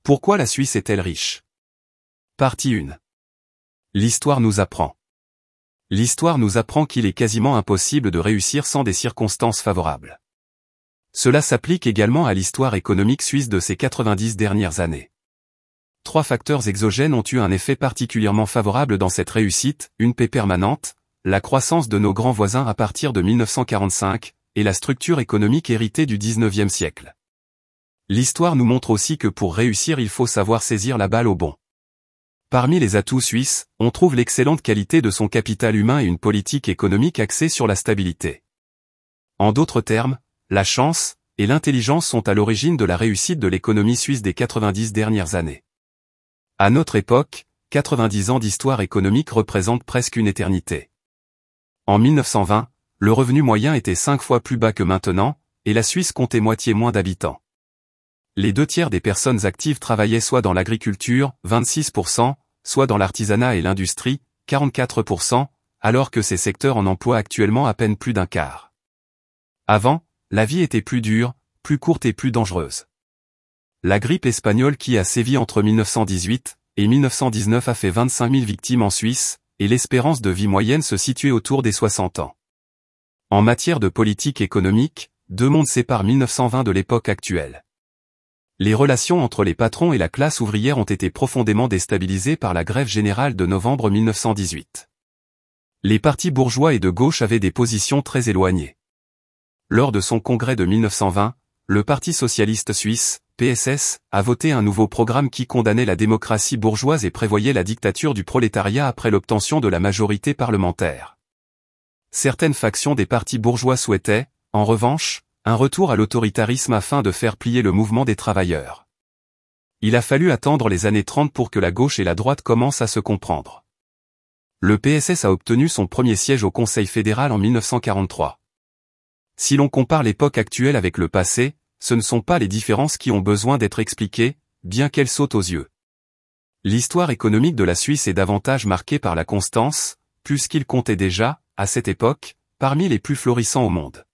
Pourquoi la Suisse est-elle riche? Partie 1. L'histoire nous apprend. L'histoire nous apprend qu'il est quasiment impossible de réussir sans des circonstances favorables. Cela s'applique également à l'histoire économique suisse de ces 90 dernières années. 3 facteurs exogènes ont eu un effet particulièrement favorable dans cette réussite, une paix permanente, la croissance de nos grands voisins à partir de 1945, et la structure économique héritée du 19e siècle. L'histoire nous montre aussi que pour réussir il faut savoir saisir la balle au bon. Parmi les atouts suisses, on trouve l'excellente qualité de son capital humain et une politique économique axée sur la stabilité. En d'autres termes, la chance et l'intelligence sont à l'origine de la réussite de l'économie suisse des 90 dernières années. À notre époque, 90 ans d'histoire économique représentent presque une éternité. En 1920, le revenu moyen était 5 fois plus bas que maintenant, et la Suisse comptait moitié moins d'habitants. Les 2/3 des personnes actives travaillaient soit dans l'agriculture, 26%, soit dans l'artisanat et l'industrie, 44%, alors que ces secteurs en emploient actuellement à peine plus d'un quart. Avant, la vie était plus dure, plus courte et plus dangereuse. La grippe espagnole qui a sévi entre 1918 et 1919 a fait 25 000 victimes en Suisse, et l'espérance de vie moyenne se situait autour des 60 ans. En matière de politique économique, 2 mondes séparent 1920 de l'époque actuelle. Les relations entre les patrons et la classe ouvrière ont été profondément déstabilisées par la grève générale de novembre 1918. Les partis bourgeois et de gauche avaient des positions très éloignées. Lors de son congrès de 1920, le Parti socialiste suisse, PSS, a voté un nouveau programme qui condamnait la démocratie bourgeoise et prévoyait la dictature du prolétariat après l'obtention de la majorité parlementaire. Certaines factions des partis bourgeois souhaitaient, en revanche, un retour à l'autoritarisme afin de faire plier le mouvement des travailleurs. Il a fallu attendre les années 30 pour que la gauche et la droite commencent à se comprendre. Le PSS a obtenu son premier siège au Conseil fédéral en 1943. Si l'on compare l'époque actuelle avec le passé, ce ne sont pas les différences qui ont besoin d'être expliquées, bien qu'elles sautent aux yeux. L'histoire économique de la Suisse est davantage marquée par la constance, puisqu'il comptait déjà, à cette époque, parmi les plus florissants au monde.